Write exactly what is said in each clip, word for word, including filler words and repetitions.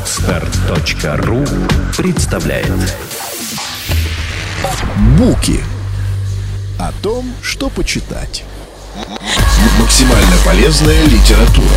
Подстер точка ру представляет Буки. О том, что почитать. Максимально полезная литература.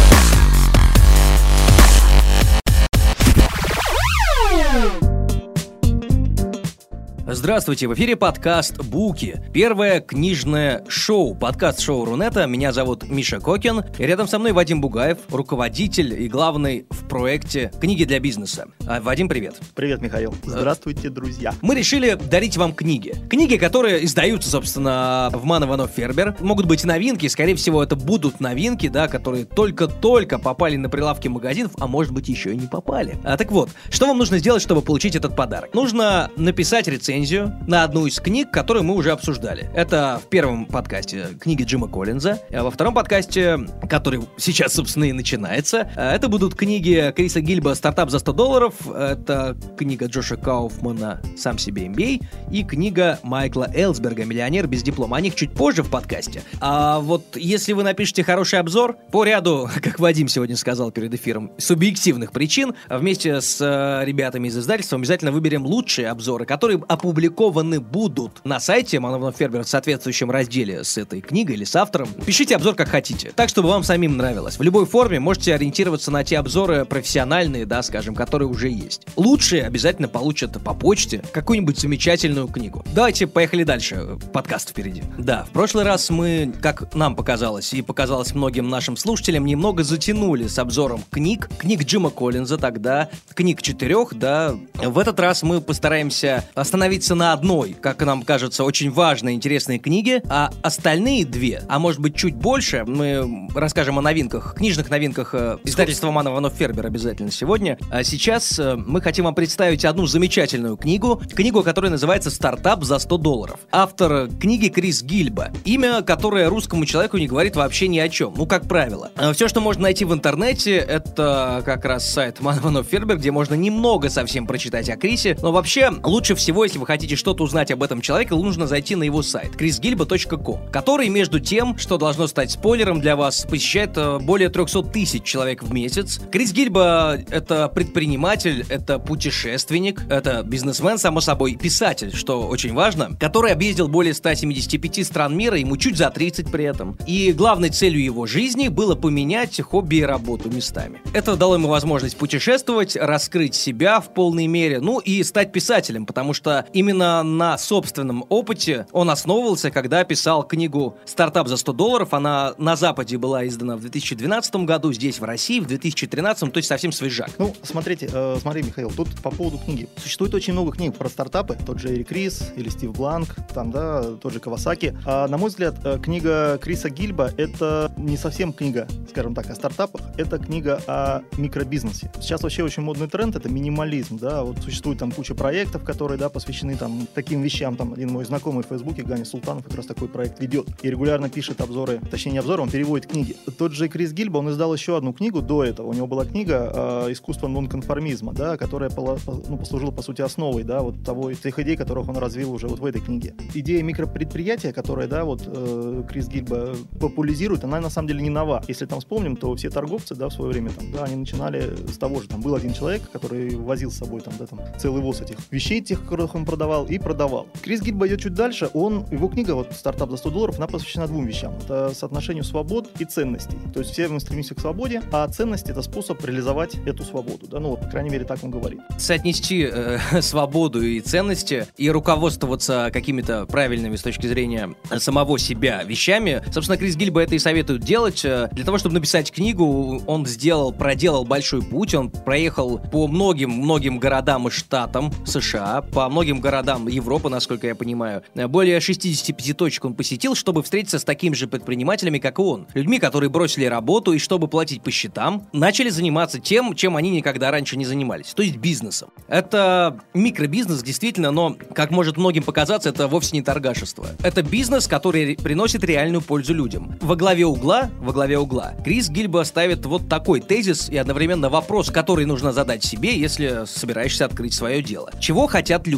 Здравствуйте, в эфире подкаст «Буки». Первое книжное шоу, подкаст-шоу Рунета. Меня зовут Миша Кокин. И рядом со мной Вадим Бугаев, руководитель и главный в проекте «Книги для бизнеса». А, Вадим, привет. Привет, Михаил. Здравствуйте, друзья. Мы решили дарить вам книги. Книги, которые издаются, собственно, в Ман Иванов Фербер. Могут быть новинки, скорее всего, это будут новинки, да, которые только-только попали на прилавки магазинов, а может быть, еще и не попали. А, так вот, что вам нужно сделать, чтобы получить этот подарок? Нужно написать рецензию на одну из книг, которую мы уже обсуждали. Это в первом подкасте книги Джима Коллинза, а во втором подкасте, который сейчас, собственно, и начинается, это будут книги Криса Гильба «Стартап за сто долларов», это книга Джоша Кауфмана «Сам себе эм би эй» и книга Майкла Элсберга «Миллионер без диплома». О них чуть позже в подкасте. А вот если вы напишете хороший обзор, по ряду, как Вадим сегодня сказал перед эфиром, субъективных причин, вместе с ребятами из издательства обязательно выберем лучшие обзоры, которые опубликованы опубликованы будут на сайте Ман Иванов Фербер в соответствующем разделе с этой книгой или с автором. Пишите обзор как хотите, так, чтобы вам самим нравилось. В любой форме можете ориентироваться на те обзоры профессиональные, да, скажем, которые уже есть. Лучшие обязательно получат по почте какую-нибудь замечательную книгу. Давайте поехали дальше. Подкаст впереди. Да, в прошлый раз мы, как нам показалось, и показалось многим нашим слушателям, немного затянули с обзором книг. Книг Джима Коллинза тогда, книг четырех, да. В этот раз мы постараемся остановиться на одной, как нам кажется, очень важной, интересной книге, а остальные две, а может быть чуть больше, мы расскажем о новинках, книжных новинках э, издательства Ман Иванов Фербер обязательно сегодня. А сейчас э, мы хотим вам представить одну замечательную книгу, книгу, которая называется «Стартап за сто долларов». Автор книги Крис Гильба, имя, которое русскому человеку не говорит вообще ни о чем, ну, как правило. А все, что можно найти в интернете, это как раз сайт Ман Иванов Фербер, где можно немного совсем прочитать о Крисе, но вообще лучше всего, если вы хотите что-то узнать об этом человеке, нужно зайти на его сайт крис гильба точка ком, который, между тем, что должно стать спойлером для вас, посещает более триста тысяч человек в месяц. Крис Гильба — это предприниматель, это путешественник, это бизнесмен, само собой, писатель, что очень важно, который объездил более ста семидесяти пяти стран мира, ему чуть за тридцать при этом. И главной целью его жизни было поменять хобби и работу местами. Это дало ему возможность путешествовать, раскрыть себя в полной мере, ну и стать писателем, потому что именно на собственном опыте он основывался, когда писал книгу «Стартап за сто долларов». Она на Западе была издана в две тысячи двенадцатом году, здесь в России в две тысячи тринадцатом, то есть совсем свежак. Ну, смотрите, э, смотри, Михаил, тут по поводу книги. Существует очень много книг про стартапы, тот же Эрик Рис или Стив Бланк, там, да, тот же Кавасаки. А, на мой взгляд, книга Криса Гильба — это не совсем книга, скажем так, о стартапах, это книга о микробизнесе. Сейчас вообще очень модный тренд — это минимализм, да, вот существует там куча проектов, которые, да, посвящены там таким вещам. Там один мой знакомый в Фейсбуке, Ганя Султанов, как раз такой проект ведет и регулярно пишет обзоры, точнее не обзоры, он переводит книги. Тот же Крис Гильба, он издал еще одну книгу до этого. У него была книга э, «Искусство нонконформизма», да, которая пола, ну, послужила, по сути, основой, да, вот того, тех идей, которых он развил уже вот в этой книге. Идея микропредприятия, которая, да, вот э, Крис Гильба популяризирует, она на самом деле не нова. Если там вспомним, то все торговцы, да, в свое время, там, да, они начинали с того же, там был один человек, который возил с собой там, да, там, целый воз этих вещей, тех, которых он продавал, и продавал. Крис Гильба идет чуть дальше, он, его книга, вот «Стартап за сто долларов», она посвящена двум вещам. Это соотношению свобод и ценностей. То есть все мы стремимся к свободе, а ценности — это способ реализовать эту свободу. Да? Ну вот, по крайней мере, так он говорит. Соотнести э, свободу и ценности и руководствоваться какими-то правильными с точки зрения самого себя вещами, собственно, Крис Гильба это и советует делать. Для того, чтобы написать книгу, он сделал, проделал большой путь, он проехал по многим-многим городам и штатам США, по многим городам Европы, насколько я понимаю. Более шестидесяти пяти точек он посетил, чтобы встретиться с такими же предпринимателями, как и он. Людьми, которые бросили работу и, чтобы платить по счетам, начали заниматься тем, чем они никогда раньше не занимались, то есть бизнесом. Это микробизнес, действительно, но, как может многим показаться, это вовсе не торгашество. Это бизнес, который приносит реальную пользу людям. Во главе угла, во главе угла, Крис Гильба ставит вот такой тезис и одновременно вопрос, который нужно задать себе, если собираешься открыть свое дело. Чего хотят люди? Чего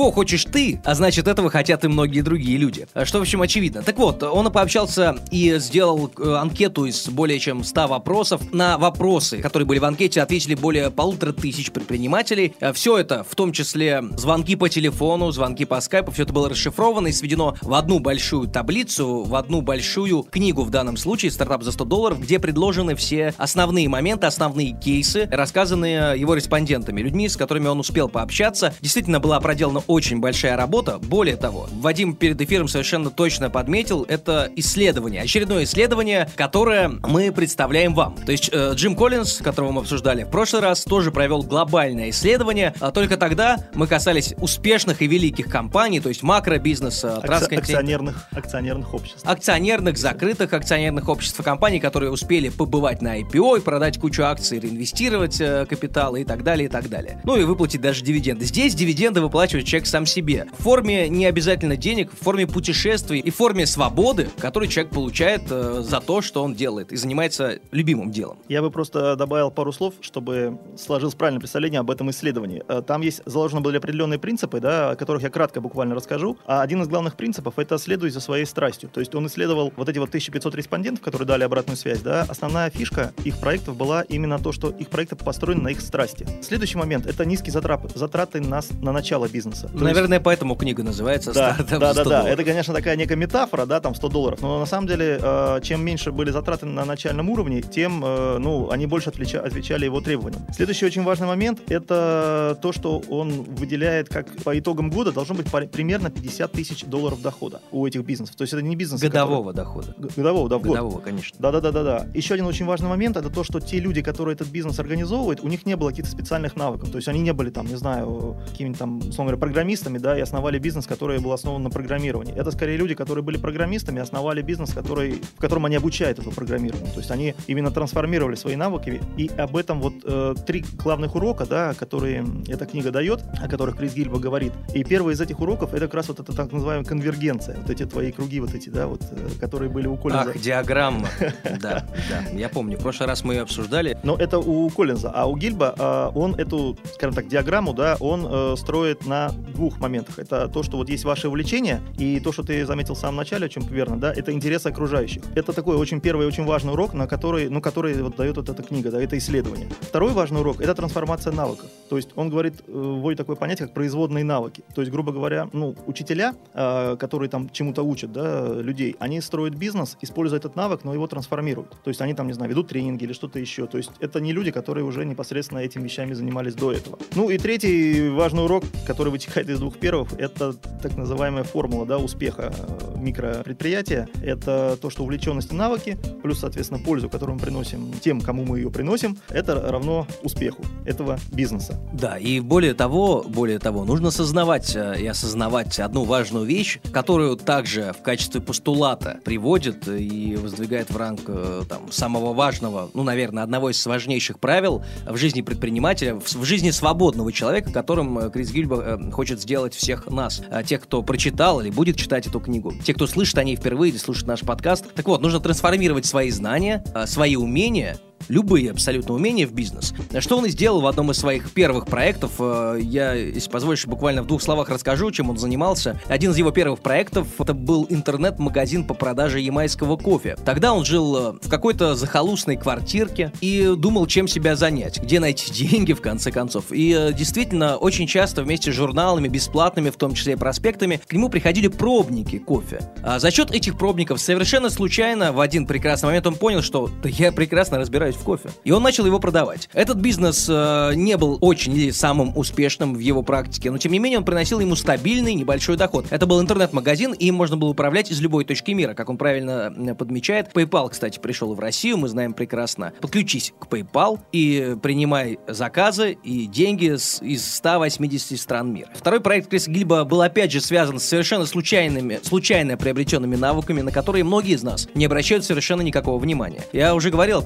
чего хочешь ты, а значит, этого хотят и многие другие люди. Что, в общем, очевидно. Так вот, он пообщался и сделал э, анкету из более чем ста вопросов. На вопросы, которые были в анкете, ответили более полутора тысяч предпринимателей. Все это, в том числе звонки по телефону, звонки по скайпу, все это было расшифровано и сведено в одну большую таблицу, в одну большую книгу, в данном случае «Стартап за сто долларов», где предложены все основные моменты, основные кейсы, рассказанные его респондентами, людьми, с которыми он успел пообщаться. Действительно, была проделана очень большая работа. Более того, Вадим перед эфиром совершенно точно подметил, это исследование, очередное исследование, которое мы представляем вам. То есть э, Джим Коллинз, которого мы обсуждали в прошлый раз, тоже провел глобальное исследование, а только тогда мы касались успешных и великих компаний, то есть макробизнеса, Акци- акционерных, акционерных обществ. Акционерных, закрытых акционерных обществ и компаний, которые успели побывать на ай пи о и продать кучу акций, реинвестировать э, капитал и так далее, и так далее. Ну и выплатить даже дивиденды. Здесь дивиденды выплачивает человек сам себе. В форме не обязательно денег, в форме путешествий и в форме свободы, которую человек получает э, за то, что он делает и занимается любимым делом. Я бы просто добавил пару слов, чтобы сложилось правильное представление об этом исследовании. Там есть заложены были определенные принципы, да, о которых я кратко буквально расскажу. А один из главных принципов — это следуй за своей страстью. То есть он исследовал вот эти вот тысяча пятьсот респондентов, которые дали обратную связь, да. Основная фишка их проектов была именно то, что их проекты построены на их страсти. Следующий момент — это низкие затраты, затраты на, на начало бизнеса. То Наверное, есть... поэтому книга называется да, «Стартап да, за сто да, долларов». да. Это, конечно, такая некая метафора, да, там сто долларов. Но на самом деле, э, чем меньше были затраты на начальном уровне, тем, э, ну, они больше отвеча- отвечали его требованиям. Следующий очень важный момент — это то, что он выделяет, как по итогам года должно быть по- примерно пятьдесят тысяч долларов дохода у этих бизнесов. То есть это не бизнес, Годового дохода. Годового, да, в год. Годового, конечно. Да-да-да-да. Еще один очень важный момент — это то, что те люди, которые этот бизнес организовывают, у них не было каких-то специальных навыков. То есть они не были там, не знаю, какими-то там, условно говоря, программистами, да, и основали бизнес, который был основан на программировании. Это скорее люди, которые были программистами, основали бизнес, который, в котором они обучают этому программированию. То есть они именно трансформировали свои навыки. И об этом вот э, три главных урока, да, которые эта книга дает, о которых Крис Гильба говорит. И первый из этих уроков — это как раз вот эта так называемая конвергенция. Вот эти твои круги, вот эти, да, вот, которые были у Коллинза. Ах, диаграмма. Да, да, я помню. В прошлый раз мы ее обсуждали. Но это у Коллинза. А у Гильба э, он эту, скажем так, диаграмму, да, он э, строит на двух моментах. Это то, что вот есть ваше увлечение, и то, что ты заметил в самом начале, о чем верно, да, это интересы окружающих. Это такой очень первый, очень важный урок, на который, ну, который вот дает вот эта книга, да, это исследование. Второй важный урок — это трансформация навыков. То есть он говорит, вводит такое понятие, как производные навыки. То есть, грубо говоря, ну, учителя, э, которые там чему-то учат, да, людей, они строят бизнес, используя этот навык, но его трансформируют. То есть они там, не знаю, ведут тренинги или что-то еще. То есть это не люди, которые уже непосредственно этими вещами занимались до этого. Ну и третий важный урок, который вытекает из двух первых, это так называемая формула, да, успеха микропредприятия. Это то, что увлеченность и навыки, плюс, соответственно, пользу, которую мы приносим тем, кому мы ее приносим, это равно успеху этого бизнеса. Да, и более того, более того, нужно сознавать и осознавать одну важную вещь, которую также в качестве постулата приводит и воздвигает в ранг там, самого важного, ну, наверное, одного из важнейших правил в жизни предпринимателя, в жизни свободного человека, которым Крис Гильба хочет сделать всех нас, тех, кто прочитал или будет читать эту книгу, те, кто слышит о ней впервые или слушает наш подкаст. Так вот, нужно трансформировать свои знания, свои умения, любые абсолютно умения в бизнес. Что он и сделал в одном из своих первых проектов. Я, если позволишь, буквально в двух словах расскажу, чем он занимался. Один из его первых проектов — это был интернет-магазин по продаже ямайского кофе. Тогда он жил в какой-то захолустной квартирке и думал, чем себя занять, где найти деньги, в конце концов. И действительно, очень часто вместе с журналами, бесплатными, в том числе и проспектами, к нему приходили пробники кофе. А за счет этих пробников совершенно случайно в один прекрасный момент он понял, что да я прекрасно разбираюсь в кофе. И он начал его продавать. Этот бизнес э, не был очень или самым успешным в его практике, но тем не менее он приносил ему стабильный небольшой доход. Это был интернет-магазин, и им можно было управлять из любой точки мира, как он правильно подмечает. PayPal, кстати, пришел в Россию, мы знаем прекрасно. Подключись к PayPal и принимай заказы и деньги с, из ста восьмидесяти стран мира. Второй проект Криса Гильба был опять же связан с совершенно случайными, случайно приобретенными навыками, на которые многие из нас не обращают совершенно никакого внимания. Я уже говорил о том, что он объездил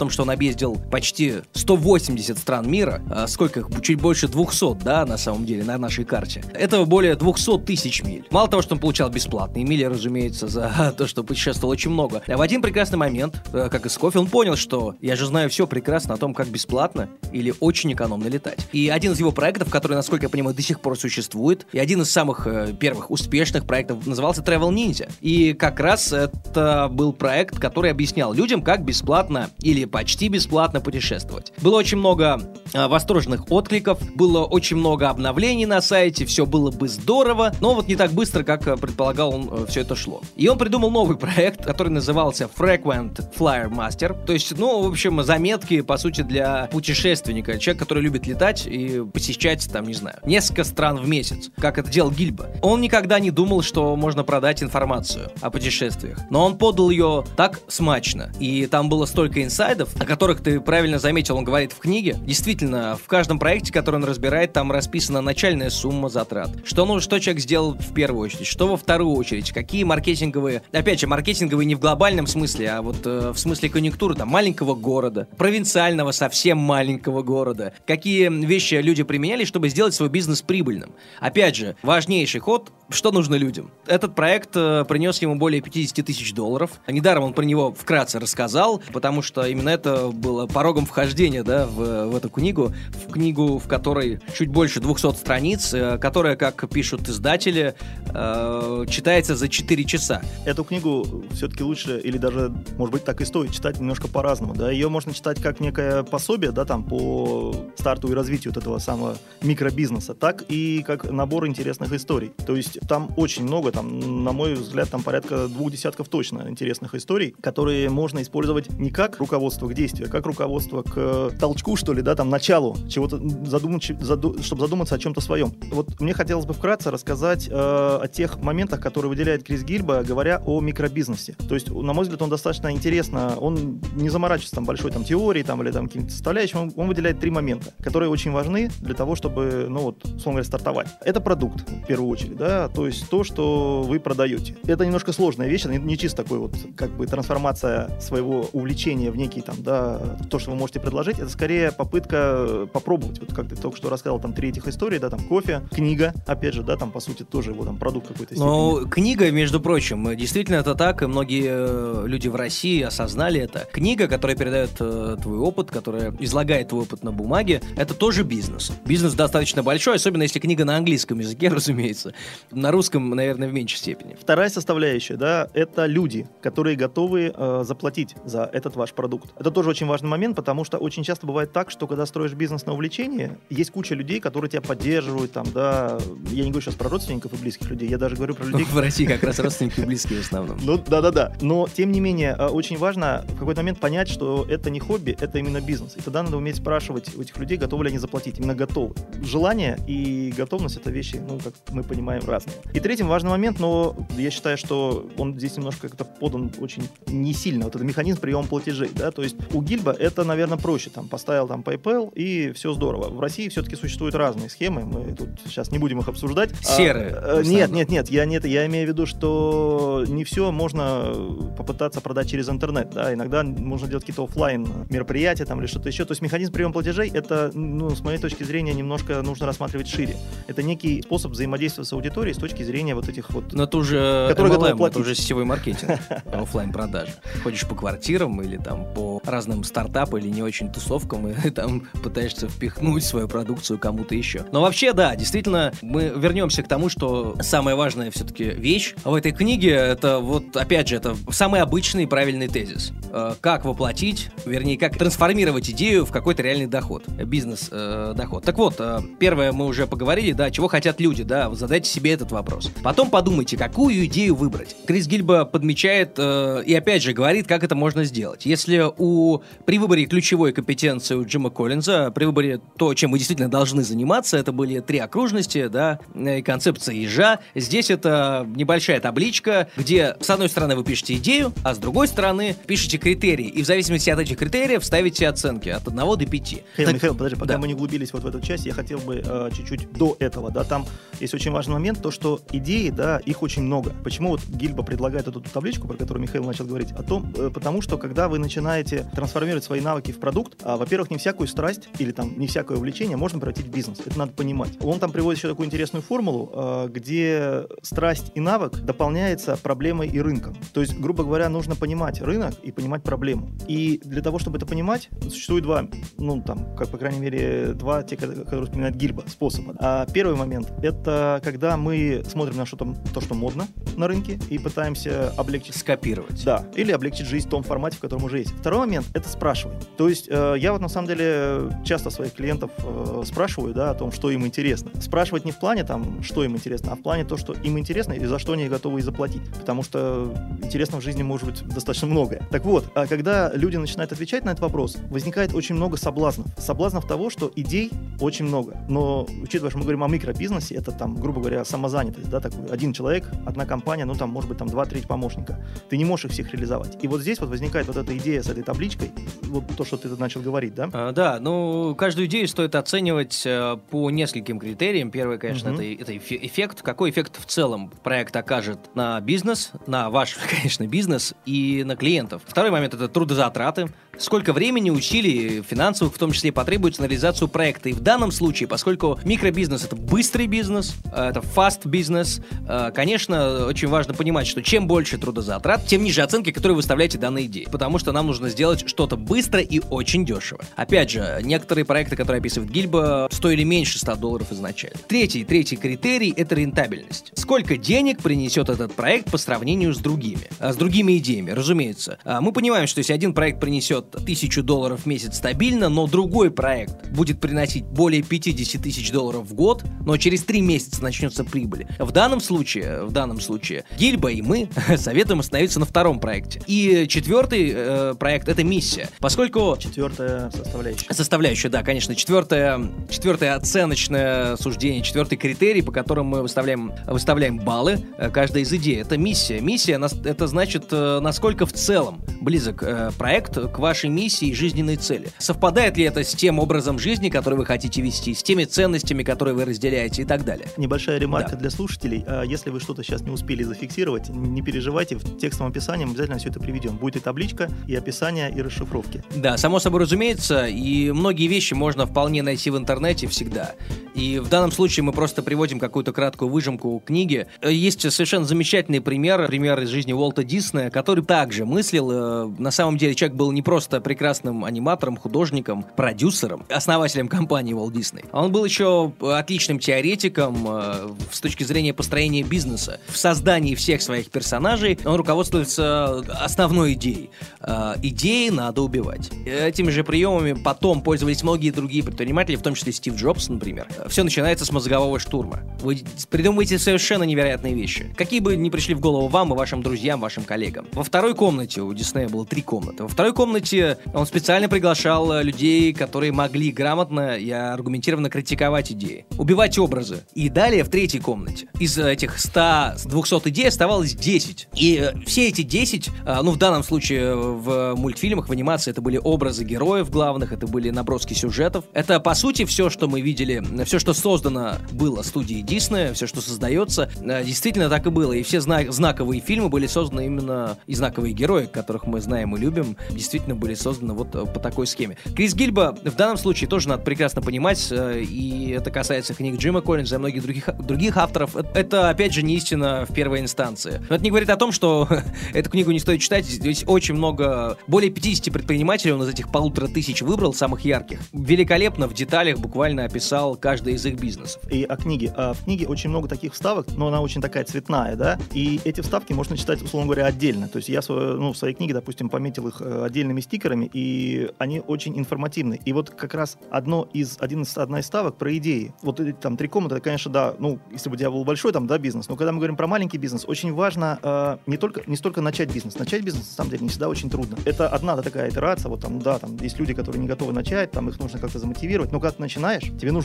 объездил почти сто восемьдесят стран мира, а сколько их, чуть больше двухсот, да, на самом деле, на нашей карте. Это более двухсот тысяч миль. Мало того, что он получал бесплатные мили, разумеется, за то, что путешествовал очень много. А в один прекрасный момент, как из кофе, он понял, что я же знаю все прекрасно о том, как бесплатно или очень экономно летать. И один из его проектов, который, насколько я понимаю, до сих пор существует, и один из самых э, первых успешных проектов назывался Travel Ninja. И как раз это был проект, который объяснял людям, как бесплатно или почти бесплатно путешествовать. Было очень много э, восторженных откликов, было очень много обновлений на сайте, все было бы здорово, но вот не так быстро, как предполагал он, э, все это шло. И он придумал новый проект, который назывался Frequent Flyer Master, то есть, ну, в общем, заметки, по сути, для путешественника, человек, который любит летать и посещать, там, не знаю, несколько стран в месяц, как это делал Гильба. Он никогда не думал, что можно продать информацию о путешествиях, но он подал ее так смачно, и там было столько инсайдов, о которых ты правильно заметил, он говорит в книге. Действительно, в каждом проекте, который он разбирает, там расписана начальная сумма затрат, что, ну, что человек сделал в первую очередь, что во вторую очередь, какие маркетинговые, опять же, маркетинговые не в глобальном смысле, а вот э, в смысле конъюнктуры, там, маленького города, провинциального, совсем маленького города, какие вещи люди применяли, чтобы сделать свой бизнес прибыльным. Опять же, важнейший ход, что нужно людям. Этот проект э, принес ему более пятьдесят тысяч долларов. Недаром он про него вкратце рассказал, потому что именно это было порогом вхождения, да, в, в эту книгу, в книгу, в которой чуть больше двухсот страниц, э, которая, как пишут издатели, э, читается за четыре часа. Эту книгу все-таки лучше, или даже, может быть, так и стоит читать немножко по-разному, да. Ее можно читать как некое пособие, да, там, по старту и развитию вот этого самого микробизнеса, так и как набор интересных историй. То есть там очень много, там, на мой взгляд, там порядка двух десятков точно интересных историй, которые можно использовать не как руководство к действию, а как руководство к толчку, что ли, да, там, началу чего-то, задумать, заду, чтобы задуматься о чем-то своем. Вот мне хотелось бы вкратце рассказать э, о тех моментах, которые выделяет Крис Гильба, говоря о микробизнесе. То есть, на мой взгляд, он достаточно интересно, он не заморачивается там большой там теорией там, или там какими-то составляющими, он, он выделяет три момента, которые очень важны для того, чтобы, ну вот, условно говоря, стартовать. Это продукт, в первую очередь, да, то есть то, что вы продаете. Это немножко сложная вещь, не, не чисто такой вот, как бы, трансформация своего увлечения в некий там, да, то, что вы можете предложить, это скорее попытка попробовать, вот как ты только что рассказал, там, три этих истории, да, там, кофе, книга, опять же, да, там, по сути, тоже его там продукт какой-то. Но книга, между прочим, действительно это так, и многие люди в России осознали это. Книга, которая передает э, твой опыт, которая излагает твой опыт на бумаге, это тоже бизнес. Бизнес достаточно большой, особенно если книга на английском языке, разумеется. На русском, наверное, в меньшей степени. Вторая составляющая, да, это люди, которые готовы э, заплатить за этот ваш продукт. Это тоже очень важный момент, потому что очень часто бывает так, что когда строишь бизнес на увлечение, есть куча людей, которые тебя поддерживают, там, да, я не говорю сейчас про родственников и близких людей, я даже говорю про людей... В России как раз родственники и близкие в основном. Ну, да-да-да. Но, тем не менее, очень важно в какой-то момент понять, что это не хобби, это именно бизнес. И тогда надо уметь спрашивать у этих людей, готовы ли они заплатить. Именно готовы. Желание и готовность — это вещи, ну, как мы понимаем, разные. И третий важный момент, но я считаю, что он здесь немножко как-то подан очень не сильно. Вот этот механизм приема платежей, да, то есть у Гильба это, наверное, проще. Там поставил там PayPal и все здорово. В России все-таки существуют разные схемы, мы тут сейчас не будем их обсуждать. Серые. А, нет, нет, нет, я, нет, я имею в виду, что не все можно попытаться продать через интернет, да, иногда можно делать какие-то офлайн мероприятия там или что-то еще. То есть механизм приема платежей, это, ну, с моей точки зрения, немножко нужно рассматривать шире. Это некий способ взаимодействия с аудиторией с точки зрения вот этих вот... Но это уже которые эм эл эм, готовы платить. Это уже сетевой маркетинг, офлайн продажи. Ходишь по квартирам или там по разным стартапам или не очень тусовкам и там пытаешься впихнуть свою продукцию кому-то еще. Но вообще, да, действительно, мы вернемся к тому, что самая важная все-таки вещь в этой книге, это вот, опять же, это самый обычный и правильный тезис. Как воплотить, вернее, как трансформировать идею в какой-то реальный доход, бизнес-доход. Так вот, первое мы уже поговорили, да, чего хотят люди, да, задайте себе этот вопрос. Потом подумайте, какую идею выбрать. Крис Гильба подмечает э, и опять же говорит, как это можно сделать. Если у, при выборе ключевой компетенции у Джима Коллинза, при выборе то, чем вы действительно должны заниматься, это были три окружности, да, и концепция ежа. Здесь это небольшая табличка, где с одной стороны вы пишете идею, а с другой стороны пишете критерии. И в зависимости от этих критериев ставите оценки от одного до пяти. Михаил, так, Михаил, подожди, пока да. мы не углубились вот в эту часть, я хотел бы э, чуть-чуть до этого, да, там есть очень важный момент, то, что идеи, да, их очень много. Почему вот Гильба предлагает эту табличку, про которую Михаил начал говорить, о том, э, потому что, когда вы начинаете трансформировать трансформировать свои навыки в продукт, а, во-первых, не всякую страсть или там не всякое увлечение можно превратить в бизнес. Это надо понимать. Он там приводит еще такую интересную формулу, а, где страсть и навык дополняется проблемой и рынком. То есть, грубо говоря, нужно понимать рынок и понимать проблему. И для того, чтобы это понимать, существует два, ну там, как по крайней мере, два, те, которые вспоминает Гильба, способа. А первый момент — это когда мы смотрим на что-то, то, что модно на рынке, и пытаемся облегчить... Скопировать. Да, или облегчить жизнь в том формате, в котором уже есть. Второй момент — это спрашиваем. То есть э, я вот на самом деле часто своих клиентов э, спрашиваю, да, о том, что им интересно. Спрашивать не в плане там, что им интересно, а в плане то, что им интересно и за что они готовы и заплатить. Потому что интересно в жизни может быть достаточно многое. Так вот, а когда люди начинают отвечать на этот вопрос, возникает очень много соблазнов. Соблазнов того, что идей очень много. Но, учитывая, что мы говорим о микробизнесе, это там, грубо говоря, самозанятость, да, такой один человек, одна компания, ну там, может быть, там два-три помощника. Ты не можешь их всех реализовать. И вот здесь вот возникает вот эта идея с этой табличкой, вот то, что ты начал говорить, да? А, да, ну, каждую идею стоит оценивать э, по нескольким критериям. Первый, конечно, uh-huh. это, это эффект. Какой эффект в целом проект окажет на бизнес, на ваш, конечно, бизнес и на клиентов. Второй момент — это трудозатраты. Сколько времени, усилий, финансовых в том числе, потребуется на реализацию проекта. И в данном случае, поскольку микробизнес — это быстрый бизнес, это fast бизнес, конечно, очень важно понимать, что чем больше трудозатрат, тем ниже оценки, которые вы выставляете данной идее. Потому что нам нужно сделать что-то быстро и очень дешево. Опять же, некоторые проекты, которые описывает Гильба, стоили меньше ста долларов изначально. Третий, третий критерий — это рентабельность. Сколько денег принесет этот проект по сравнению с другими? А с другими идеями, разумеется. Мы понимаем, что если один проект принесет тысячу долларов в месяц стабильно, но другой проект будет приносить более пятьдесят тысяч долларов в год, но через три месяца начнется прибыль. В данном случае, в данном случае, Гильба и мы советуем остановиться на втором проекте. И четвертый э, проект — это миссия. Поскольку... Четвертая составляющая. Составляющая, да, конечно. Четвертое, четвертое оценочное суждение, четвертый критерий, по которым мы выставляем, выставляем баллы э, каждой из идей. Это миссия. Миссия — это значит, э, насколько в целом близок э, проект к вашей миссии и жизненной цели. Совпадает ли это с тем образом жизни, который вы хотите вести, с теми ценностями, которые вы разделяете и так далее. Небольшая ремарка да. для слушателей. Если вы что-то сейчас не успели зафиксировать, не переживайте, в текстовом описании мы обязательно все это приведем. Будет и табличка, и описание, и расшифровки. Да, само собой разумеется, и многие вещи можно вполне найти в интернете всегда. И в данном случае мы просто приводим какую-то краткую выжимку книги. Есть совершенно замечательный пример, пример из жизни Уолта Диснея, который также мыслил. На самом деле человек был не просто прекрасным аниматором, художником, продюсером, основателем компании Walt Disney. Он был еще отличным теоретиком э, с точки зрения построения бизнеса. В создании всех своих персонажей он руководствуется основной идеей. Э, идеи надо убивать. Этими же приемами потом пользовались многие другие предприниматели, в том числе Стив Джобс, например. Все начинается с мозгового штурма. Вы придумываете совершенно невероятные вещи, какие бы ни пришли в голову вам и вашим друзьям, вашим коллегам. Во второй комнате, у Диснея было три комнаты, во второй комнате он специально приглашал людей, которые могли грамотно и аргументированно критиковать идеи, убивать образы. И далее в третьей комнате из этих ста-двухсот идей оставалось десять. И все эти десять, ну в данном случае в мультфильмах, в анимации это были образы героев главных, это были наброски сюжетов. Это по сути все, что мы видели, все, что создано было студией Диснея, все, что создается, действительно так и было. И все зна- знаковые фильмы были созданы именно, и знаковые герои, которых мы знаем и любим, действительно были созданы вот по такой схеме. Крис Гильба в данном случае тоже надо прекрасно понимать, и это касается книг Джима Коллинза и многих других, других авторов. Это, опять же, не истина в первой инстанции. Но это не говорит о том, что эту книгу не стоит читать. Здесь очень много, более пятьдесят предпринимателей он из этих полутора тысяч выбрал, самых ярких. Великолепно в деталях буквально описал каждый из их бизнесов. И о книге. А в книге очень много таких вставок, но она очень такая цветная, да, и эти вставки можно читать, условно говоря, отдельно. То есть я ну, в своей книге, допустим, пометил их отдельными стикерами, и они очень информативны. И вот как раз одно из, один из, одна из ставок про идеи. Вот эти там три комнаты, это, конечно, да, ну, если бы у тебя был большой там, да, бизнес, но когда мы говорим про маленький бизнес, очень важно э, не только, не столько начать бизнес. Начать бизнес, на самом деле, не всегда очень трудно. Это одна да, такая итерация, вот там, да, там есть люди, которые не готовы начать, там их нужно как-то замотивировать, но когда ты начинаешь, тебе нужно как-то продолжать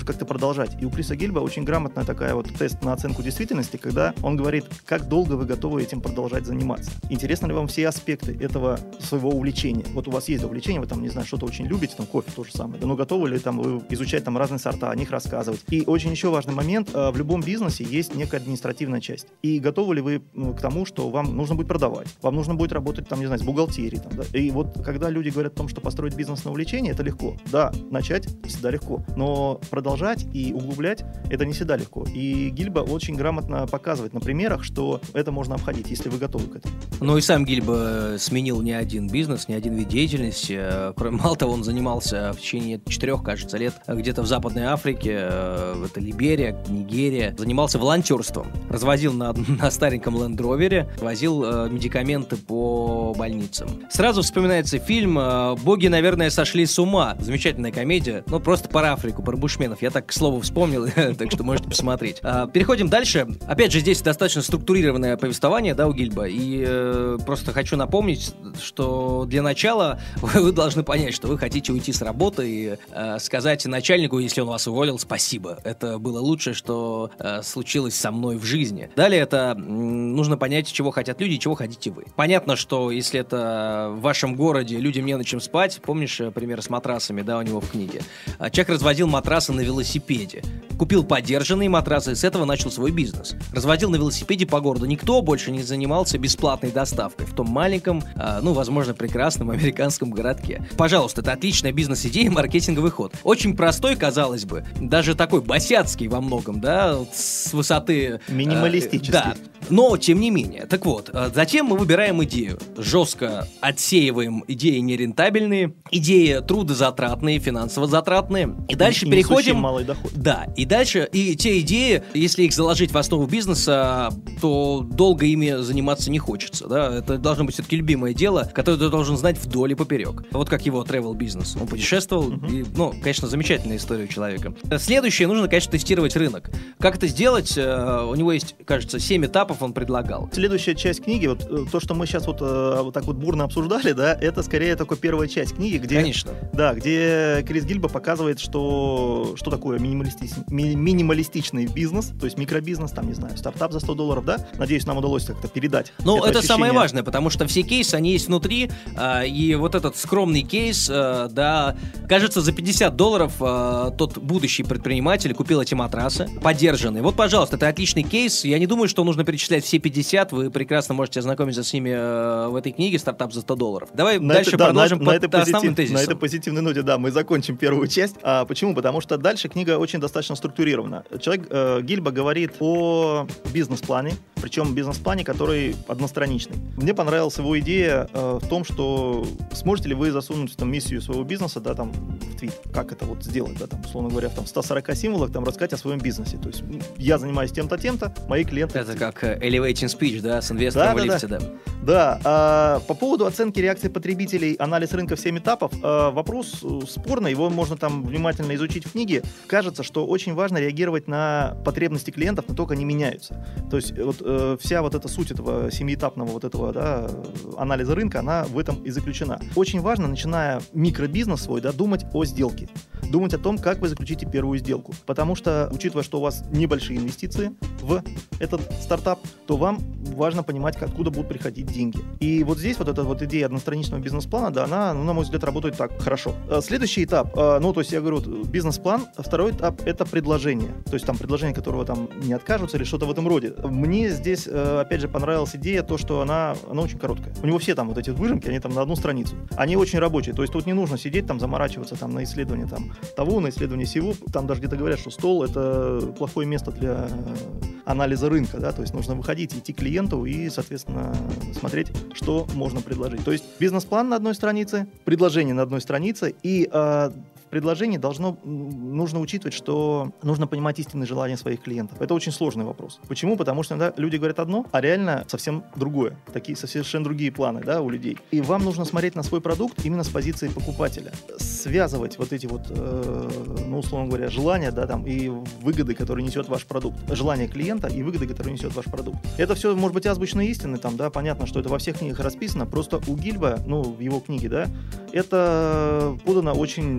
продолжать. И у Криса Гильба очень грамотная такая вот тест на оценку действительности, когда он говорит, как долго вы готовы этим продолжать заниматься. Интересны ли вам все аспекты этого своего увлечения? Вот у вас есть увлечение, вы там, не знаю, что-то очень любите, там кофе то же самое, да, но готовы ли там вы изучать там разные сорта, о них рассказывать? И очень еще важный момент, в любом бизнесе есть некая административная часть. И готовы ли вы к тому, что вам нужно будет продавать, вам нужно будет работать там, не знаю, с бухгалтерией. Там, да? И вот когда люди говорят о том, что построить бизнес на увлечение, это легко. Да, начать всегда легко, но продолжать и углублять это не всегда легко. И Гильба очень грамотно показывает на примерах, что это можно обходить, если вы готовы к этому. Ну и сам Гильба сменил не один бизнес, не один вид деятельности. Кроме, мало того, он занимался в течение четырех, кажется, лет где-то в Западной Африке, это Либерия, Нигерия. Занимался волонтерством. Развозил на, на стареньком лендровере, возил э, медикаменты по больницам. Сразу вспоминается фильм «Боги, наверное, сошли с ума». Замечательная комедия. Ну, просто про Африку, про бушменов. Я так, к слову, вспомнил, так что можете посмотреть. Переходим дальше. Опять же, здесь достаточно структурированное повествование, да, у Гильба. И э, просто хочу напомнить, что для начала вы должны понять, что вы хотите уйти с работы и э, сказать начальнику, если он вас уволил, спасибо. Это было лучшее, что э, случилось со мной в жизни. Далее это м, нужно понять, чего хотят люди и чего хотите вы. Понятно, что если это в вашем городе людям не на чем спать, помнишь пример с матрасами, да, у него в книге. Человек разводил матрасы на велосипеде. Купил подержанные матрасы и с этого начал свой бизнес. Разводил на велосипеде по городу. Никто больше не занимался бесплатной доставкой в том маленьком, э, ну, возможно, прекрасном американском городке. Пожалуйста, это отличная бизнес-идея, маркетинговый ход. Очень простой, казалось бы, даже такой босяцкий во многом, да, с высоты... Минималистический. Э, да, но тем не менее. Так вот, э, затем мы выбираем идею. Жестко отсеиваем идеи нерентабельные, идеи трудозатратные, финансово затратные. И дальше и переходим... малый доход. Да, и дальше, и те идеи, если их заложить в основу бизнеса, то долго ими заниматься не хочется, да, это должно быть все-таки любимое дело, которое ты должен знать вдоль и поперек. Вот как его travel бизнес. Он путешествовал, uh-huh. и, ну, конечно, замечательная история у человека. Следующее, нужно, конечно, тестировать рынок. Как это сделать? У него есть, кажется, семь этапов он предлагал. Следующая часть книги, вот то, что мы сейчас вот, вот так вот бурно обсуждали, да, это скорее только первая часть книги, где... Конечно. Да, где Крис Гильба показывает, что, что такое минималистичный, ми, минималистичный бизнес, то есть микробизнес, там, не знаю, стартап за сто долларов, да? Надеюсь, нам удалось как-то передать. Ну, это, это ощущение. самое важное, потому что все кейсы, они есть внутри, э, и вот этот скромный кейс, э, да, кажется, за пятьдесят долларов э, тот будущий предприниматель купил эти матрасы, подержанные. Вот, пожалуйста, это отличный кейс. Я не думаю, что нужно перечислять все пятьдесят, вы прекрасно можете ознакомиться с ними э, в этой книге «Стартап за сто долларов». Давай на дальше это, да, продолжим на, под на это основным позитив, тезисом. На этой позитивной ноте, да, мы закончим первую часть. А, почему? Потому что дальше книга очень достаточно структурирована. Человек, э, Гильба говорит о бизнес-плане, причем бизнес-плане, который одностраничный. Мне понравилась его идея э, в том, что сможете ли вы засунуть там миссию своего бизнеса, да, там, в твит, как это вот сделать, да, там, условно говоря, в там, ста сорока символах, там, рассказать о своем бизнесе. То есть я занимаюсь тем-то, тем-то, мои клиенты... Это как elevating speech, да, с инвестором да, в да, лифте, да. да. Да, а, по поводу оценки реакции потребителей, анализ рынка в семь этапов, а, вопрос спорный, его можно там внимательно изучить в книге. Кажется, что очень важно реагировать на потребности клиентов, но только они меняются. То есть вот э, вся вот эта суть этого семиэтапного вот этого, да, анализа рынка, она в этом и заключена. Очень важно, начиная микробизнес свой, да, думать о сделке. Думать о том, как вы заключите первую сделку. Потому что, учитывая, что у вас небольшие инвестиции в этот стартап, то вам важно понимать, откуда будут приходить деньги. И вот здесь вот эта вот идея одностраничного бизнес-плана, да, она, ну, на мой взгляд, работает так хорошо. Следующий этап, ну, то есть я говорю, вот, бизнес-план, второй этап — это предложение. То есть там предложение, которого там не откажутся или что-то в этом роде. Мне здесь, опять же, понравилась идея, то, что она, она очень короткая. У него все там вот эти выжимки, они там на одну страницу. Они очень рабочие. То есть тут не нужно сидеть там, заморачиваться там на исследование там того, на исследование сего. Там даже где-то говорят, что стол — это плохое место для анализа рынка, да, то есть нужно выходить, идти к клиенту и, соответственно, смотреть, что можно предложить. То есть бизнес-план на одной странице, предложение на одной странице, и э, в предложении должно, нужно учитывать, что нужно понимать истинные желания своих клиентов. Это очень сложный вопрос. Почему? Потому что иногда люди говорят одно, а реально совсем другое. Такие совершенно другие планы, да, у людей. И вам нужно смотреть на свой продукт именно с позиции покупателя. Связывать вот эти вот, э, ну, условно говоря, желания, да, там, и выгоды, которые несет ваш продукт. Желания клиента и выгоды, которые несет ваш продукт. Это все, может быть, азбучные истины, там, да, понятно, что это во всех книгах расписано, просто у Гильба, ну, в его книге, да, это подано очень с хорошей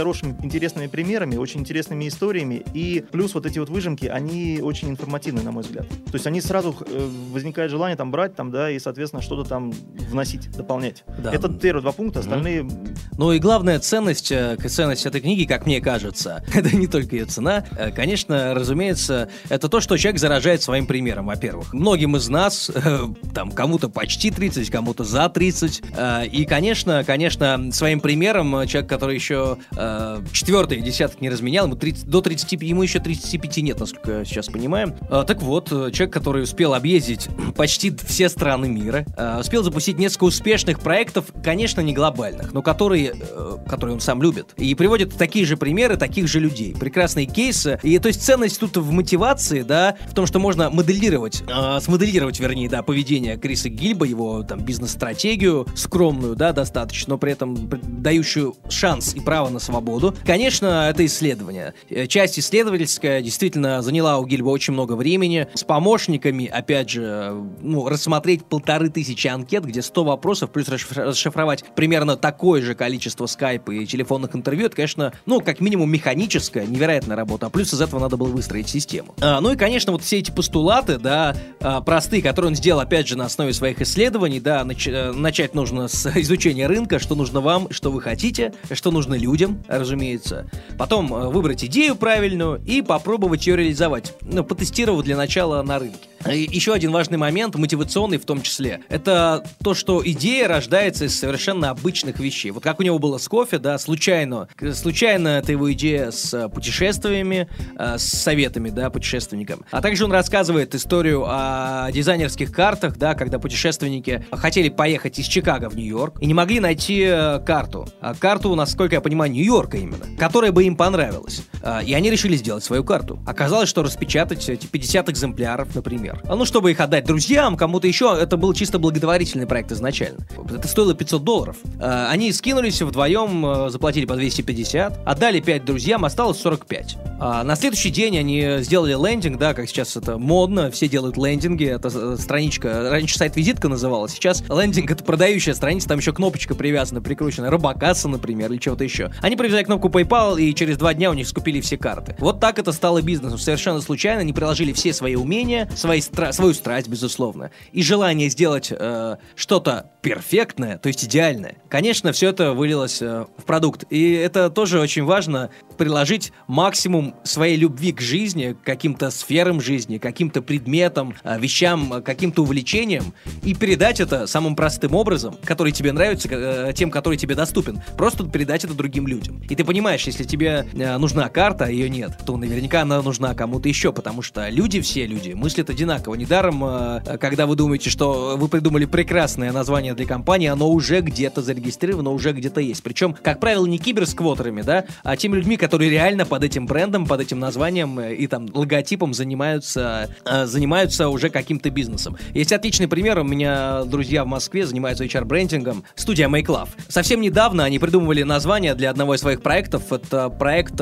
хорошими, интересными примерами, очень интересными историями, и плюс вот эти вот выжимки, они очень информативны, на мой взгляд. То есть они сразу э, возникает желание там брать, там, да, и, соответственно, что-то там вносить, дополнять. Да. Это первые два пункта, остальные... Mm-hmm. Ну и главная ценность, ценность этой книги, как мне кажется, это не только ее цена, конечно, разумеется, это то, что человек заражает своим примером, во-первых. Многим из нас, там, кому-то почти тридцать, кому-то за тридцать, и, конечно, конечно, своим примером человек, который еще четвертый десяток не разменял, ему тридцать, до тридцати, ему еще тридцати пяти нет, насколько сейчас понимаем. Так вот, человек, который успел объездить почти все страны мира, успел запустить несколько успешных проектов, конечно, не глобальных, но которые, которые он сам любит, и приводит такие же примеры таких же людей. Прекрасные кейсы. И то есть ценность тут в мотивации, да, в том, что можно моделировать, э, смоделировать, вернее, да, поведение Криса Гильба, его там бизнес-стратегию скромную, да, достаточно, но при этом дающую шанс и право на свободу. Конечно, это исследование. Часть исследовательская действительно заняла у Гильба очень много времени. С помощниками, опять же, ну, рассмотреть полторы тысячи анкет, где сто вопросов, плюс расшифровать примерно такое же количество скайпа и телефонных интервью, это, конечно, ну, как минимум механическая, невероятная работа, а плюс из этого надо было выстроить систему. А, ну и, конечно, вот все эти постулаты, да, а, простые, которые он сделал, опять же, на основе своих исследований, да, нач- начать нужно с изучения рынка, что нужно вам, что вы хотите, что нужно людям, разумеется. Потом а, выбрать идею правильную и попробовать ее реализовать, ну, потестировав для начала на рынке. И еще один важный момент, мотивационный в том числе, это то, что идея рождается из совершенно обычных вещей. Вот как у него было с кофе, да, случайно, случайно это его идея с путешествиями, с советами, да, путешественникам. А также он рассказывает историю о дизайнерских картах, да, когда путешественники хотели поехать из Чикаго в Нью-Йорк и не могли найти карту. Карту, насколько я понимаю, Нью-Йорка именно, которая бы им понравилась. И они решили сделать свою карту. Оказалось, что распечатать эти пятьдесят экземпляров, например, ну, чтобы их отдать друзьям, кому-то еще, это был чисто благотворительный проект изначально. Это стоило пятьсот долларов. Они скинулись вдвоем, заплатили по двести пятьдесят, отдали пять друзьям, осталось сорок пять. А на следующий день они сделали лендинг, да, как сейчас это модно, все делают лендинги, это страничка, раньше сайт-визитка называлась, сейчас лендинг — это продающая страница, там еще кнопочка привязана, прикручена, Робокасса, например, или чего-то еще. Они привязали кнопку PayPal, и через два дня у них скупили все карты. Вот так это стало бизнесом, совершенно случайно, они приложили все свои умения, свои стра- свою страсть, безусловно, и желание сделать э, что-то перфектное, то есть идеальное. Конечно, все это вылилось э, в продукт, и это тоже очень важно, приложить максимум своей любви к жизни, к каким-то сферам жизни, каким-то предметам, э, вещам, каким-то увлечениям, и передать это самым простым образом, который тебе нравится, э, тем, который тебе доступен, просто передать это другим людям. И ты понимаешь, если тебе э, нужна карта, а ее нет, то наверняка она нужна кому-то еще, потому что люди, все люди, мыслят одинаково. Недаром, э, когда вы думаете, что вы придумали прекрасное название для компании, оно уже где-то зарегистрировано, уже где-то есть. Причем, как правило, не киберсквотерами, да, а теми людьми, которые реально под этим брендом, под этим названием и там логотипом занимаются, э, занимаются уже каким-то бизнесом. Есть отличный пример. У меня друзья в Москве занимаются эйч ар-брендингом. Студия Make Love. Совсем недавно они придумывали название для одного из своих проектов. Это проект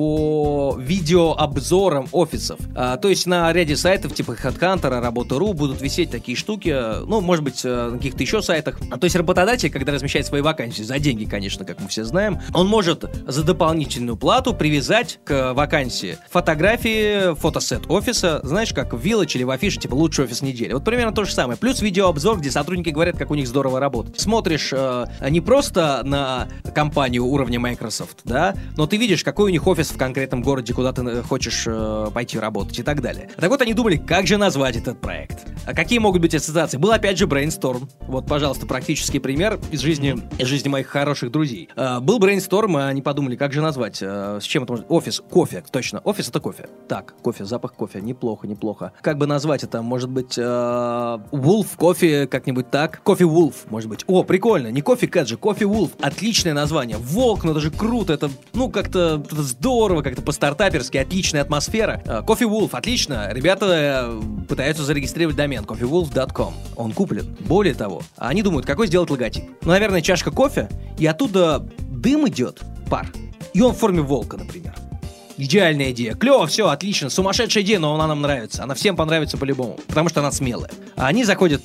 по видеообзорам офисов. А, то есть на ряде сайтов типа HeadHunter, Работа точка ру будут висеть такие штуки, ну, может быть, на каких-то еще сайтах. То есть работодатель, когда размещает свои вакансии, за деньги, конечно, как мы все знаем, он может за дополнительную плату привязать к вакансии фотографии, фотосет офиса, знаешь, как в Village или в Афише, типа лучший офис недели. Вот примерно то же самое. Плюс видеообзор, где сотрудники говорят, как у них здорово работать. Смотришь э, не просто на компанию уровня Microsoft, да, но ты видишь, какой у них офис в конкретном городе, куда ты хочешь э, пойти работать и так далее. Так вот, они думали, как же назвать этот проект. А какие могут быть ассоциации? Был опять же Brainstorm. Вот, пожалуйста, практический пример из жизни, из жизни моих хороших друзей. Э, был Brainstorm, и они подумали, как же назвать, э, с чем это может... Офис, кофе, точно. Офис — это кофе. Так, кофе, запах кофе. Неплохо, неплохо. Как бы назвать это? Может быть, э, Wolf кофе, как-нибудь так? Кофе Wolf, может быть. О, прикольно. Не кофе Кэт же, кофе Wolf. Отличное название. Волк, ну это же круто. Это, ну, как-то это здорово, как-то по-стартаперски. Отличная атмосфера. Э, кофе Wolf, отлично. Ребята э, пытаются зарегистрировать домен кофе вулф точка ком. Он куплен. Более того, они думают, какой сделать логотип. Ну, наверное, чашка кофе, и оттуда дым идет, пар. И он в форме волка, например. Идеальная идея. Клево, все, отлично. Сумасшедшая идея, но она нам нравится. Она всем понравится по-любому, потому что она смелая. А они заходят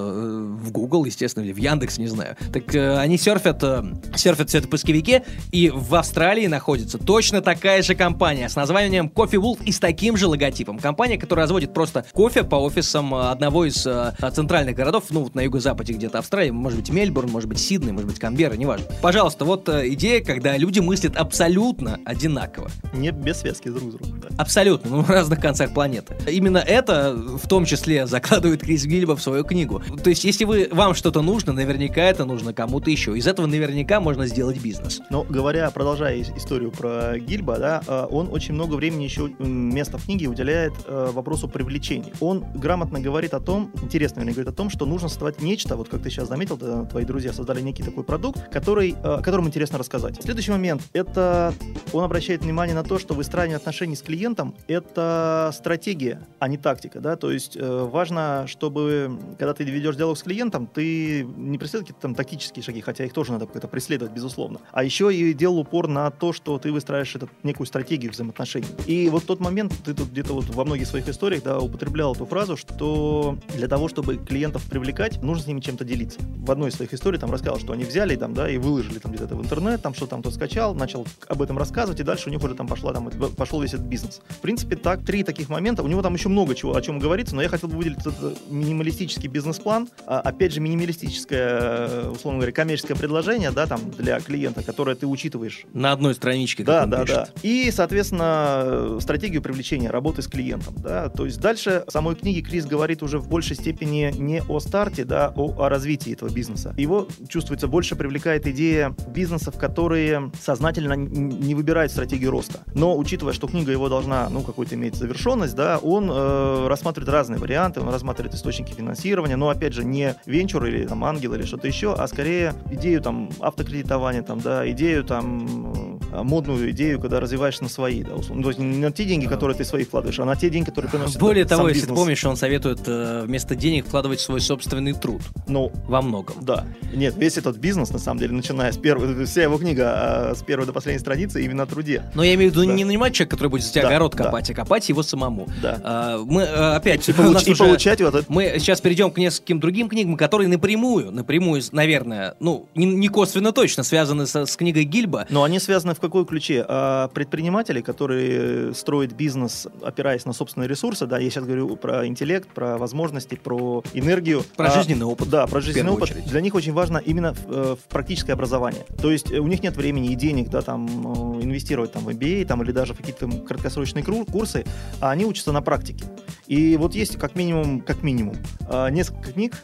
э, в Google, естественно, или в Яндекс, не знаю. Так э, они серфят, э, серфят все это в поисковике, и в Австралии находится точно такая же компания с названием Coffee Wolf и с таким же логотипом. Компания, которая разводит просто кофе по офисам одного из э, центральных городов, ну вот на юго-западе где-то Австралии, может быть Мельбурн, может быть Сидней, может быть Канберра, неважно. Пожалуйста, вот э, идея, когда люди мыслят абсолютно одинаково. Не без связки друг с другом. Да. Абсолютно, ну, в разных концах планеты. Именно это в том числе закладывает Крис Гильба в свою книгу. То есть, если вы, вам что-то нужно, наверняка это нужно кому-то еще. Из этого наверняка можно сделать бизнес. Но говоря, продолжая историю про Гильба, да, он очень много времени еще, места в книге уделяет вопросу привлечения. Он грамотно говорит о том, интересно говорит о том, что нужно создавать нечто, вот как ты сейчас заметил, твои друзья создали некий такой продукт, который, о котором интересно рассказать. Следующий момент, это он обращает внимание на то, что выстраивание отношений с клиентом — это стратегия, а не тактика, да, то есть э, важно, чтобы, когда ты ведешь диалог с клиентом, ты не преследуешь какие-то там тактические шаги, хотя их тоже надо как-то преследовать, безусловно, а еще и делал упор на то, что ты выстраиваешь этот, некую стратегию взаимоотношений. И вот тот момент, ты тут где-то вот во многих своих историях, да, употреблял эту фразу, что для того, чтобы клиентов привлекать, нужно с ними чем-то делиться. В одной из своих историй там рассказал, что они взяли там, да, и выложили там где-то в интернет, там что там кто скачал, начал об этом рассказывать, и дальше у них уже там пошла там пошел весь этот бизнес. В принципе, так, три таких момента. У него там еще много чего, о чем говорится, но я хотел бы выделить этот минималистический бизнес-план. А, опять же, минималистическое, условно говоря, коммерческое предложение, да, там, для клиента, которое ты учитываешь. На одной страничке, как да, он да, пишет. Да. И, соответственно, стратегию привлечения работы с клиентом, да. То есть дальше в самой книге Крис говорит уже в большей степени не о старте, да, а о, о развитии этого бизнеса. Его, чувствуется, больше привлекает идея бизнесов, которые сознательно не выбирают стратегию роста. Но, учитывая, что книга его должна, ну, какую-то иметь завершенность, да, он э, рассматривает разные варианты, он рассматривает источники финансирования, но, опять же, не венчур или там ангел или что-то еще, а скорее идею там автокредитования, там, да, идею там, модную идею, когда развиваешься на свои, да, условно. То есть не на те деньги, которые ты свои вкладываешь, а на те деньги, которые приносят Более сам того, бизнес. если ты помнишь, он советует э, вместо денег вкладывать в свой собственный труд. Ну, во многом. Да. Нет, весь этот бизнес, на самом деле, начиная с первой, вся его книга а, с первой до последней страницы именно о труде. Но я имею в виду Да. не нанимать человека, который будет за тебя Да, огород да. копать, а копать его самому. Да. А, мы а, опять... И, у получ- нас и уже- получать вот это. Мы сейчас перейдем к нескольким другим книгам, которые напрямую, напрямую, наверное, ну, не, не косвенно точно связаны со- с книгой Гильба. Но они связаны в какой ключе? А, предприниматели, которые строят бизнес, опираясь на собственные ресурсы, да, я сейчас говорю про интеллект, про возможности, про энергию. Про А, жизненный опыт. Да, про жизненный первую опыт. очередь. Для них очень важно именно в, э, в практическое образование. То есть э, у них нет времени и денег, да, там, э, инвестировать там, в эм би эй там, или даже в какие-то краткосрочные кру- курсы, а они учатся на практике. И вот есть как минимум, как минимум, э, несколько книг,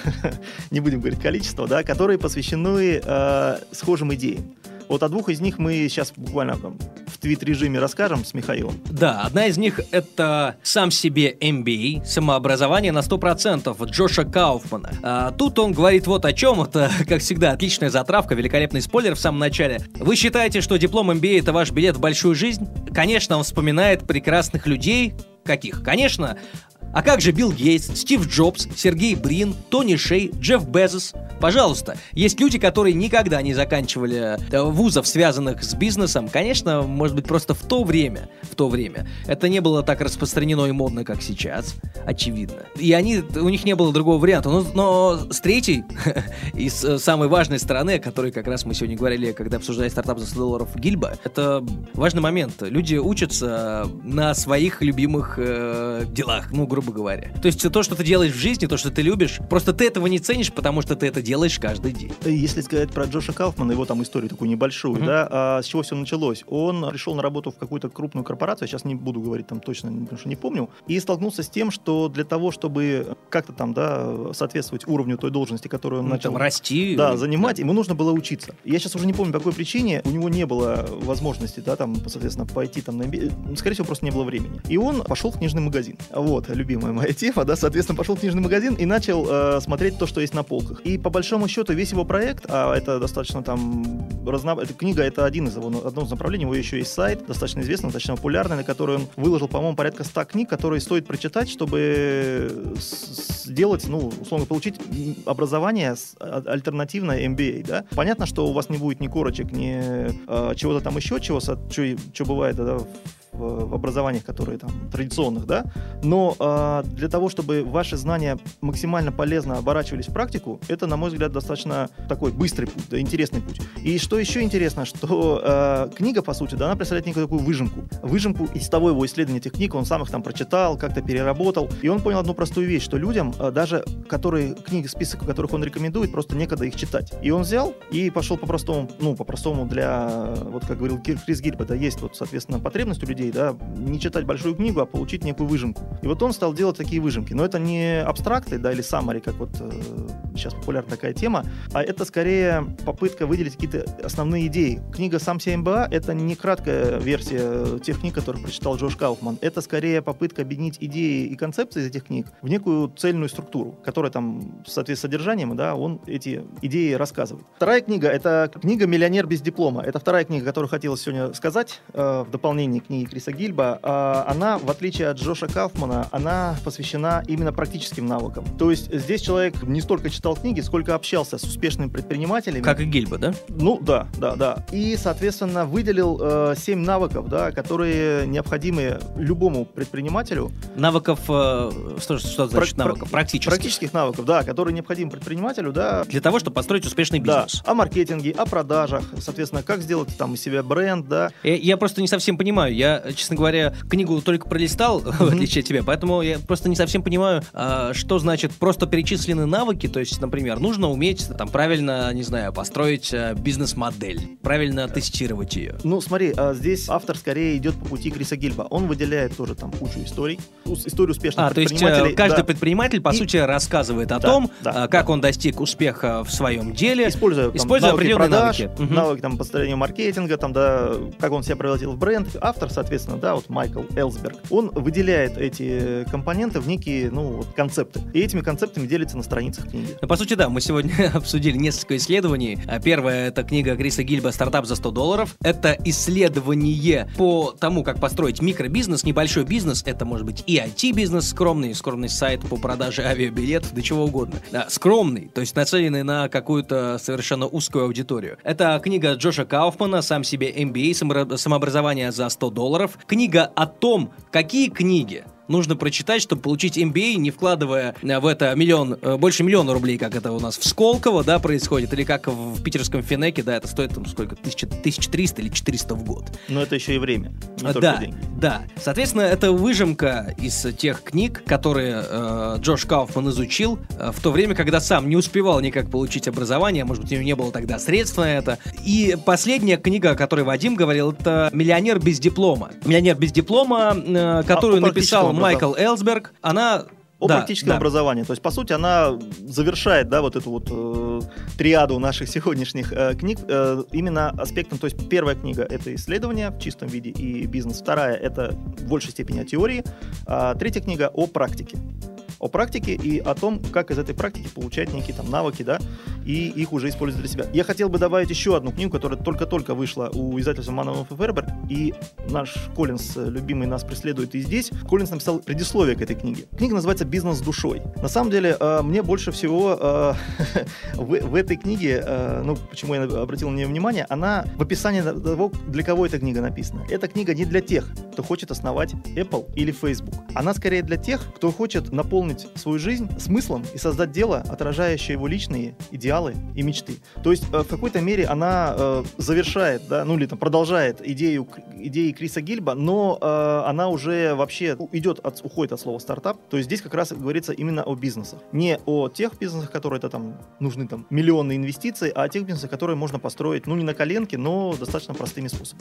не будем говорить количество, да, которые посвящены э, схожим идеям. Вот о двух из них мы сейчас буквально там, в твит-режиме расскажем с Михаилом. Да, одна из них — это «Сам себе эм би эй», самообразование на сто процентов Джоша Кауфмана. А, тут он говорит вот о чем. Это, как всегда, отличная затравка, великолепный спойлер в самом начале. Вы считаете, что диплом эм би эй — это ваш билет в большую жизнь? Конечно, он вспоминает прекрасных людей. Каких? Конечно. А как же Билл Гейтс, Стив Джобс, Сергей Брин, Тони Шей, Джефф Безос? Пожалуйста, есть люди, которые никогда не заканчивали э, вузов, связанных с бизнесом. Конечно, может быть, просто в то время, в то время это не было так распространено и модно, как сейчас, очевидно. И они, у них не было другого варианта. Но, но с третьей и с самой важной стороны, о которой как раз мы сегодня говорили, когда обсуждали стартап за сто долларов Гильба, это важный момент. Люди учатся на своих любимых э, делах, ну, грубо говоря. То есть то, что ты делаешь в жизни, то, что ты любишь, просто ты этого не ценишь, потому что ты это делаешь каждый день. Если сказать про Джоша Кауфмана, его там историю такую небольшую, mm-hmm. да, а с чего все началось? Он пришел на работу в какую-то крупную корпорацию, сейчас не буду говорить там точно, потому что не помню, и столкнулся с тем, что для того, чтобы как-то там, да, соответствовать уровню той должности, которую он ну, начал там, расти, да, занимать, да. Ему нужно было учиться. Я сейчас уже не помню, по какой причине, у него не было возможности, да, там, соответственно, пойти там на эм би эй, скорее всего, просто не было времени. И он пошел в книжный магазин. Вот, любимый любимая моя тема, да, соответственно, пошел в книжный магазин и начал э, смотреть то, что есть на полках. И по большому счету весь его проект, а это достаточно там разно... эта книга, это один из его, одно из направлений, у него еще есть сайт, достаточно известный, достаточно популярный, на который он выложил, по-моему, порядка ста книг, которые стоит прочитать, чтобы сделать, ну, условно, получить образование альтернативное эм би эй, да. Понятно, что у вас не будет ни корочек, ни э, чего-то там еще, чего, что бывает, да, в образованиях, которые там традиционных, да, но э, для того, чтобы ваши знания максимально полезно оборачивались в практику, это, на мой взгляд, достаточно такой быстрый путь, да, интересный путь. И что еще интересно, что э, книга, по сути, да, она представляет некую такую выжимку. Выжимку из того его исследования этих книг, он сам их там прочитал, как-то переработал, и он понял одну простую вещь, что людям, э, даже которые книги, список которых он рекомендует, просто некогда их читать. И он взял и пошел по-простому, ну, по-простому для, вот как говорил Крис Гильберт, да, есть вот, соответственно, потребность у людей, да, не читать большую книгу, а получить некую выжимку. И вот он стал делать такие выжимки. Но это не абстракты, да, или summary, как вот э, сейчас популярна такая тема, а это скорее попытка выделить какие-то основные идеи. Книга «Сам себя эм бэ а» — это не краткая версия тех книг, которые прочитал Джош Кауфман. Это скорее попытка объединить идеи и концепции из этих книг в некую цельную структуру, которая там, в соответствии с содержанием, да, он эти идеи рассказывает. Вторая книга — это книга «Миллионер без диплома». Это вторая книга, которую хотелось сегодня сказать э, в дополнение к книге Криса Гильба. Она, в отличие от Джоша Кауфмана, она посвящена именно практическим навыкам. То есть здесь человек не столько читал книги, сколько общался с успешными предпринимателями. Как и Гильба, да? Ну, да, да, да. И, соответственно, выделил э, семь навыков, да, которые необходимы любому предпринимателю. Навыков, э, что, что значит Про- навыков? Практических. Практических навыков, да, которые необходимы предпринимателю, да. Для того, чтобы построить успешный бизнес. Да, о маркетинге, о продажах, соответственно, как сделать там из себя бренд, да. Я, я просто не совсем понимаю. Я, честно говоря, книгу только пролистал, mm-hmm. в отличие от тебя, поэтому я просто не совсем понимаю, а, что значит просто перечислены навыки. То есть, например, нужно уметь там правильно, не знаю, построить а, бизнес-модель, правильно тестировать ее. Ну, смотри, а, здесь автор скорее идет по пути Криса Гильба. Он выделяет тоже там кучу историй, историю успешных а, предпринимателей. То есть каждый да. предприниматель, по И... сути, рассказывает о да, том, да, как да. он достиг успеха в своем деле, используя, там, используя навыки определенные продаж, навыки. Угу. навыки там, построения маркетинга, там, да, как он себя превратил в бренд. Автор, соответственно, да, вот Майкл Элсберг, он выделяет эти компоненты в некие, ну, вот, концепты. И этими концептами делится на страницах книги. Ну, по сути, да, мы сегодня обсудили несколько исследований. Первое — это книга Криса Гильба «Стартап за сто долларов». Это исследование по тому, как построить микробизнес, небольшой бизнес. Это может быть и ай ти-бизнес скромный, скромный сайт по продаже авиабилетов, да чего угодно. Да, скромный, то есть нацеленный на какую-то совершенно узкую аудиторию. Это книга Джоша Кауфмана «Сам себе эм би эй. Самообразование за сто долларов». Книга о том, какие книги нужно прочитать, чтобы получить эм би эй, не вкладывая в это миллион, больше миллиона рублей, как это у нас в Сколково, да, происходит, или как в питерском Финеке, да, это стоит там сколько, тысяча триста или четыреста в год. Но это еще и время, не да, деньги. Да, соответственно, это выжимка из тех книг, которые э, Джош Кауфман изучил э, в то время, когда сам не успевал никак получить образование, может быть, у него не было тогда средств на это. И последняя книга, о которой Вадим говорил, это «Миллионер без диплома». «Миллионер без диплома», э, которую а, написал Майкл Элсберг, она... О да, практическом да. образовании. То есть, по сути, она завершает, да, вот эту вот э, триаду наших сегодняшних э, книг э, именно аспектом. То есть, первая книга — это исследование в чистом виде и бизнес. Вторая — это в большей степени о теории. А третья книга — о практике. О практике и о том, как из этой практики получать некие там навыки, да, и их уже использовать для себя. Я хотел бы добавить еще одну книгу, которая только-только вышла у издательства Манн и Фербер, и наш Коллинз, любимый, нас преследует и здесь. Коллинз написал предисловие к этой книге. Книга называется «Бизнес с душой». На самом деле, мне больше всего в, в этой книге, ну, почему я обратил на нее внимание, она в описании того, для кого эта книга написана. Эта книга не для тех, кто хочет основать Apple или Facebook. Она скорее для тех, кто хочет наполнить свою жизнь смыслом и создать дело, отражающее его личные идеалы и мечты. То есть э, в какой-то мере она э, завершает, да, ну или там продолжает идею, идеи Криса Гильба, но э, она уже вообще идет от, уходит от слова стартап. То есть здесь как раз говорится именно о бизнесах. Не о тех бизнесах, которые это там нужны там миллионные инвестиции, а о тех бизнесах, которые можно построить, ну не на коленке, но достаточно простыми способами.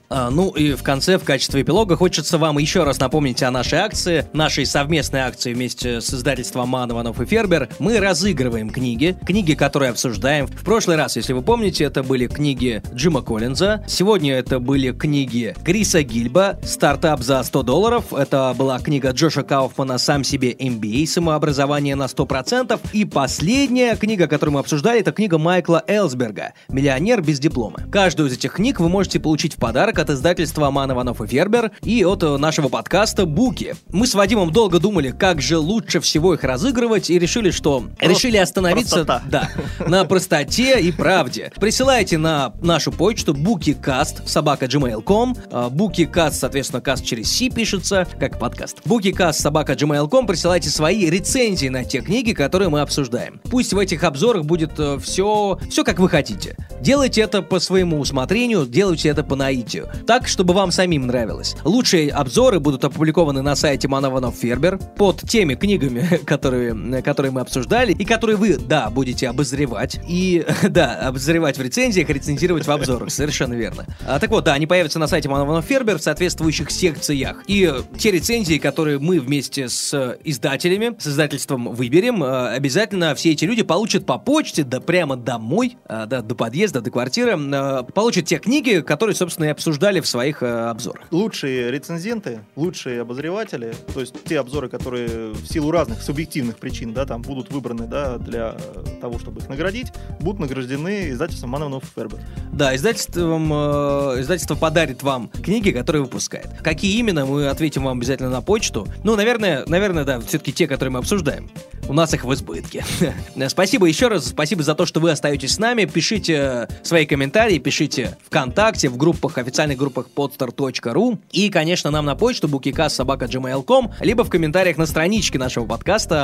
А, ну и в конце, в качестве эпилога, хочется вам еще раз напомнить о нашей акции, нашей совместной акции вместе с издательством Ман, Иванов и Фербер. Мы разыгрываем книги, книги, которые обсуждаем. В прошлый раз, если вы помните, это были книги Джима Коллинза. Сегодня это были книги Криса Гильба «Стартап за сто долларов». Это была книга Джоша Кауфмана «Сам себе эм би эй. Самообразование на сто процентов». И последняя книга, которую мы обсуждали, это книга Майкла Элсберга «Миллионер без диплома». Каждую из этих книг вы можете получить в подарок от издательства Ман, Иванов и Фербер и от нашего подкаста «Буки». Мы с Вадимом долго думали, как же лучше всего их разыгрывать, и решили, что... Просто решили остановиться да, на простоте и правде. Присылайте на нашу почту букикаст собака джимейл точка ком. Букикаст, соответственно, каст через C пишется, как подкаст. Букикаст собака джимейл точка ком. Присылайте свои рецензии на те книги, которые мы обсуждаем. Пусть в этих обзорах будет все, все как вы хотите. Делайте это по своему усмотрению, делайте это по наитию. Так, чтобы вам самим нравилось. Лучшие обзоры будут опубликованы на сайте Ман, Иванов, Фербер под теми книгами, которые, которые мы обсуждали, и которые вы, да, будете обозревать. И, да, обозревать в рецензиях, рецензировать в обзорах. Совершенно верно. А, так вот, да, они появятся на сайте Ман, Иванов, Фербер в соответствующих секциях. И те рецензии, которые мы вместе с издателями, с издательством выберем, обязательно все эти люди получат по почте, да прямо домой, да, до подъезда, до квартиры, получат те книги, которые, собственно, и обсуждали в своих обзорах. Лучшие рецензенты, лучшие обозреватели, то есть те обзоры, которые в силу разных субъективных причин, да, там будут выбраны, да, для того, чтобы их наградить, будут награждены издательством Ман, Иванов и Фербер. Да, издательством, э, издательство подарит вам книги, которые выпускает. Какие именно, мы ответим вам обязательно на почту. Ну, наверное, наверное, да, все-таки те, которые мы обсуждаем. У нас их в избытке. Спасибо еще раз, спасибо за то, что вы остаетесь с нами. Пишите свои комментарии, пишите ВКонтакте, в группах, официальных группах подстер точка ру и, конечно, нам на почту букикаст собака джимейл точка ком, либо в комментариях на страничке нашего подкаста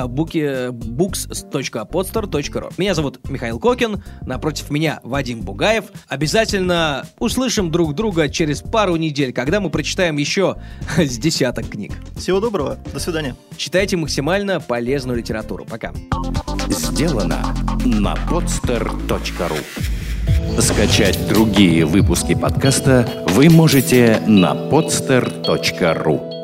books точка podster точка ру. Меня зовут Михаил Кокин, напротив меня Вадим Бугаев. Обязательно услышим друг друга через пару недель, когда мы прочитаем еще с десяток книг. Всего доброго, до свидания. Читайте максимально полезную литературу. Пока. Сделано на подстер точка ру. Скачать другие выпуски подкаста вы можете на подстер точка ру.